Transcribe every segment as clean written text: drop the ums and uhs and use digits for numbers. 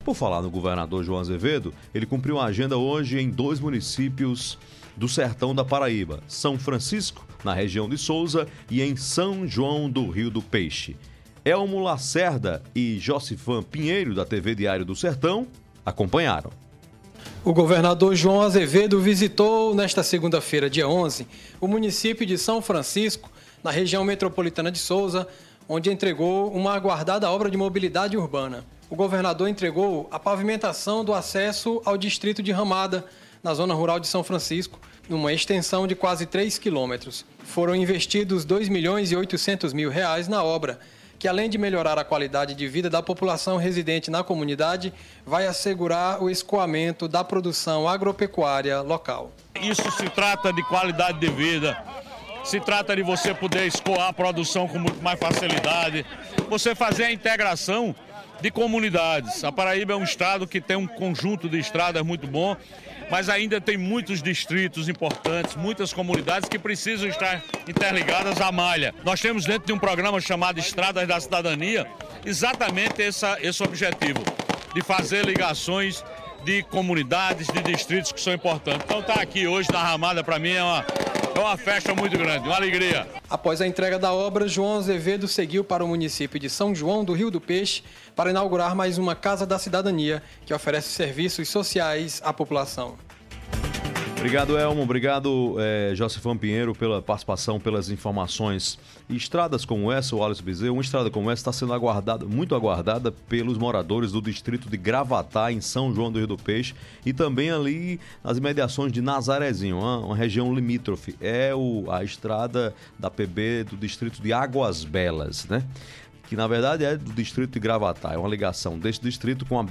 Por falar no governador João Azevedo, ele cumpriu a agenda hoje em 2 municípios do sertão da Paraíba, São Francisco, na região de Souza, e em São João do Rio do Peixe. Elmo Lacerda e Josifan Pinheiro, da TV Diário do Sertão, acompanharam. O governador João Azevedo visitou nesta segunda-feira, dia 11, o município de São Francisco, na região metropolitana de Souza, onde entregou uma aguardada obra de mobilidade urbana. O governador entregou a pavimentação do acesso ao distrito de Ramada, na zona rural de São Francisco, numa extensão de quase 3 quilômetros. Foram investidos R$ 2.800.000 na obra, que além de melhorar a qualidade de vida da população residente na comunidade, vai assegurar o escoamento da produção agropecuária local. Isso se trata de qualidade de vida, se trata de você poder escoar a produção com muito mais facilidade, você fazer a integração de comunidades. A Paraíba é um estado que tem um conjunto de estradas muito bom, mas ainda tem muitos distritos importantes, muitas comunidades que precisam estar interligadas à malha. Nós temos dentro de um programa chamado Estradas da Cidadania exatamente esse objetivo, de fazer ligações de comunidades, de distritos que são importantes. Então estar aqui hoje na Ramada para mim é uma festa muito grande, uma alegria. Após a entrega da obra, João Azevedo seguiu para o município de São João do Rio do Peixe para inaugurar mais uma Casa da Cidadania, que oferece serviços sociais à população. Obrigado, Elmo. Obrigado, Josifan Pinheiro, pela participação, pelas informações. E estradas como essa, o Alisson Bezerra, uma estrada como essa está sendo aguardada, muito aguardada pelos moradores do distrito de Gravatá, em São João do Rio do Peixe, e também ali nas imediações de Nazarezinho, uma região limítrofe. É a estrada da PB do distrito de Águas Belas, né? Que na verdade é do distrito de Gravatá, é uma ligação deste distrito com a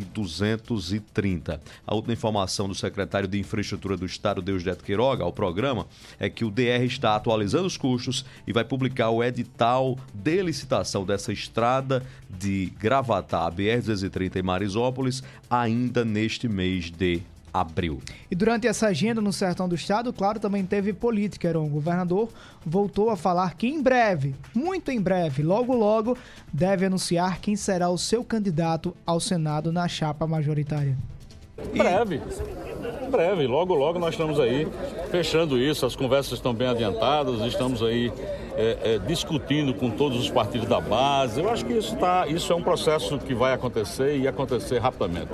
BR-230. A última informação do secretário de Infraestrutura do Estado, Deusdedito Queiroga, ao programa, é que o DR está atualizando os custos e vai publicar o edital de licitação dessa estrada de Gravatá, a BR-230 em Marisópolis, ainda neste mês de abril. E durante essa agenda no sertão do estado, claro, também teve política. O governador voltou a falar que em breve, muito em breve, logo logo, deve anunciar quem será o seu candidato ao Senado na chapa majoritária. Em breve, logo logo nós estamos aí fechando isso, as conversas estão bem adiantadas, estamos aí discutindo com todos os partidos da base. Eu acho que isso é um processo que vai acontecer e acontecer rapidamente.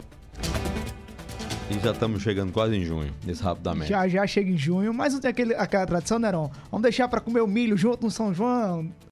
E já estamos chegando quase em junho, nesse rapidamente. Já chega em junho, mas não tem aquela tradição, Neron? Vamos deixar para comer o milho junto no São João?